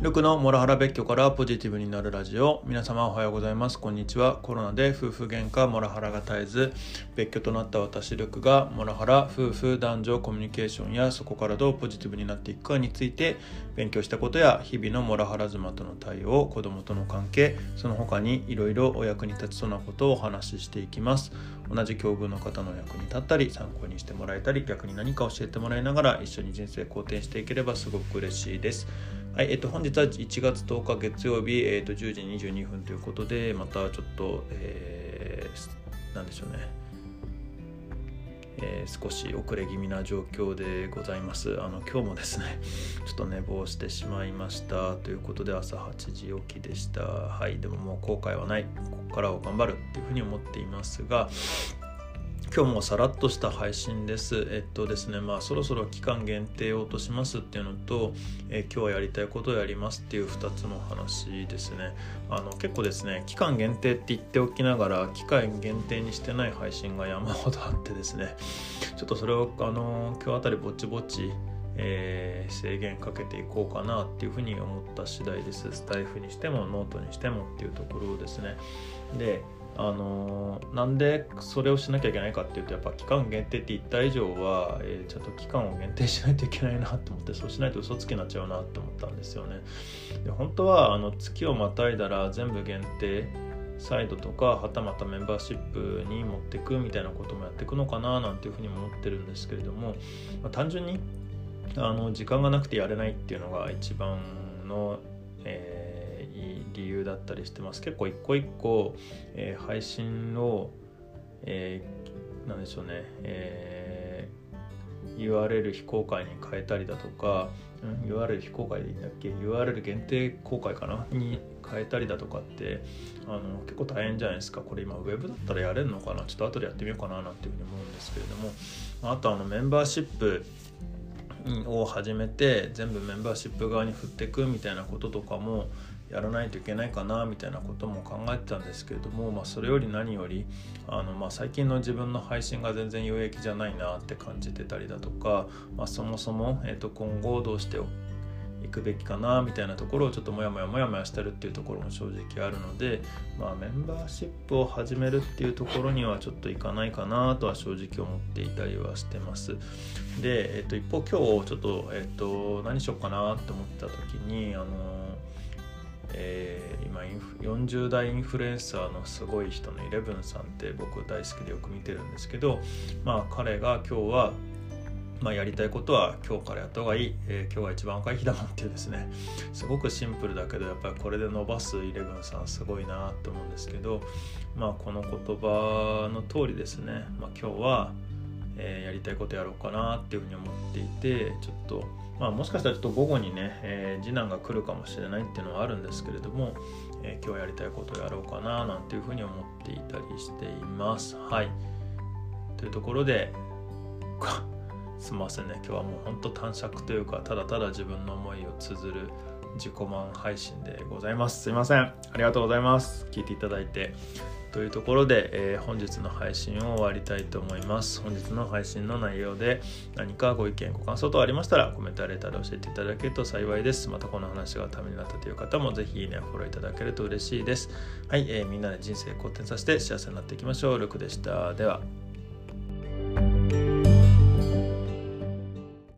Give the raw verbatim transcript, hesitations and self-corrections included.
ルクのモラハラ別居からポジティブになるラジオ。皆様おはようございます。こんにちは。コロナで夫婦喧嘩モラハラが絶えず別居となった私ルクがモラハラ、夫婦、男女コミュニケーションやそこからどうポジティブになっていくかについて勉強したことや日々のモラハラ妻との対応、子供との関係、その他にいろいろお役に立ちそうなことをお話ししていきます。同じ境遇の方の役に立ったり参考にしてもらえたり、逆に何か教えてもらいながら一緒に人生好転していければすごく嬉しいです。はい、えっと、本日はいちがつとおか月曜日、えっと、じゅうじにじゅうにふんということで、またちょっと、えー、なんでしょうね、えー、少し遅れ気味な状況でございます。あの今日もですね、ちょっと寝坊してしまいましたということで朝はちじ起きでした。はい、でももう後悔はない。ここからを頑張るっていうふうに思っていますが、今日もさらっとした配信です。えっとですね、まあそろそろ期間限定を落としますっていうのと、えー、今日はやりたいことをやりますっていうふたつの話ですね。あの結構ですね、期間限定って言っておきながら期間限定にしてない配信が山ほどあってですね、ちょっとそれをあの今日あたりぼちぼち、えー、制限かけていこうかなっていうふうに思った次第です。スタイフにしてもノートにしてもっていうところですね。であのー、なんでそれをしなきゃいけないかっていうと、やっぱ期間限定って言った以上は、えー、ちゃんと期間を限定しないといけないなと思って、そうしないと嘘つきになっちゃうなと思ったんですよね。で本当はあの月をまたいだら全部限定サイトとかはたまたメンバーシップに持っていくみたいなこともやっていくのかななんていうふうに思ってるんですけれども、まあ、単純にあの時間がなくてやれないっていうのが一番の、えー理由だったりしてます。結構一個一個、えー、配信を、えー、なんでしょうね、えー、ユーアールエル 非公開に変えたりだとか、うん、ユーアールエル 非公開でいいんだっけ ユーアールエル 限定公開かなに変えたりだとかってあの結構大変じゃないですか。これ今ウェブだったらやれるのかな、ちょっと後でやってみようかななんていうふうに思うんですけれども、あとあのメンバーシップを始めて全部メンバーシップ側に振っていくみたいなこととかもやらないといけないかなみたいなことも考えてたんですけれども、まあ、それより何よりあの、まあ、最近の自分の配信が全然有益じゃないなって感じてたりだとか、まあ、そもそも、えーと、今後どうしていくべきかなみたいなところをちょっともやもやもやもやしてるっていうところも正直あるので、まあ、メンバーシップを始めるっていうところにはちょっといかないかなとは正直思っていたりはしてます。で、えーと、一方今日ちょっと、えーと、何しようかなって思った時にあのえー、今インフよんじゅう代インフルエンサーのすごい人のイレブンさんって僕大好きでよく見てるんですけど、まあ彼が今日は、まあ、やりたいことは今日からやった方がいい、えー、今日が一番赤い日だもんっていうですね、すごくシンプルだけどやっぱりこれで伸ばすイレブンさんすごいなと思うんですけど、まあこの言葉の通りですね、まあ、今日は、えー、やりたいことやろうかなっていうふうに思っていて、ちょっとまあ、もしかしたらちょっと午後にね、えー、次男が来るかもしれないっていうのはあるんですけれども、えー、今日やりたいことをやろうかななんていうふうに思っていたりしています。はい。というところで、すみませんね。今日はもう本当短尺というか、ただただ自分の思いを綴る自己満配信でございます。すいません。ありがとうございます。聞いていただいて。というところで、えー、本日の配信を終わりたいと思います。本日の配信の内容で何かご意見ご感想等ありましたらコメントやレターで教えていただけると幸いです。またこの話がためになったという方もぜひいいねフォローいただけると嬉しいです。はい、えー、みんなで人生好転させて幸せになっていきましょう。ルクでした。では。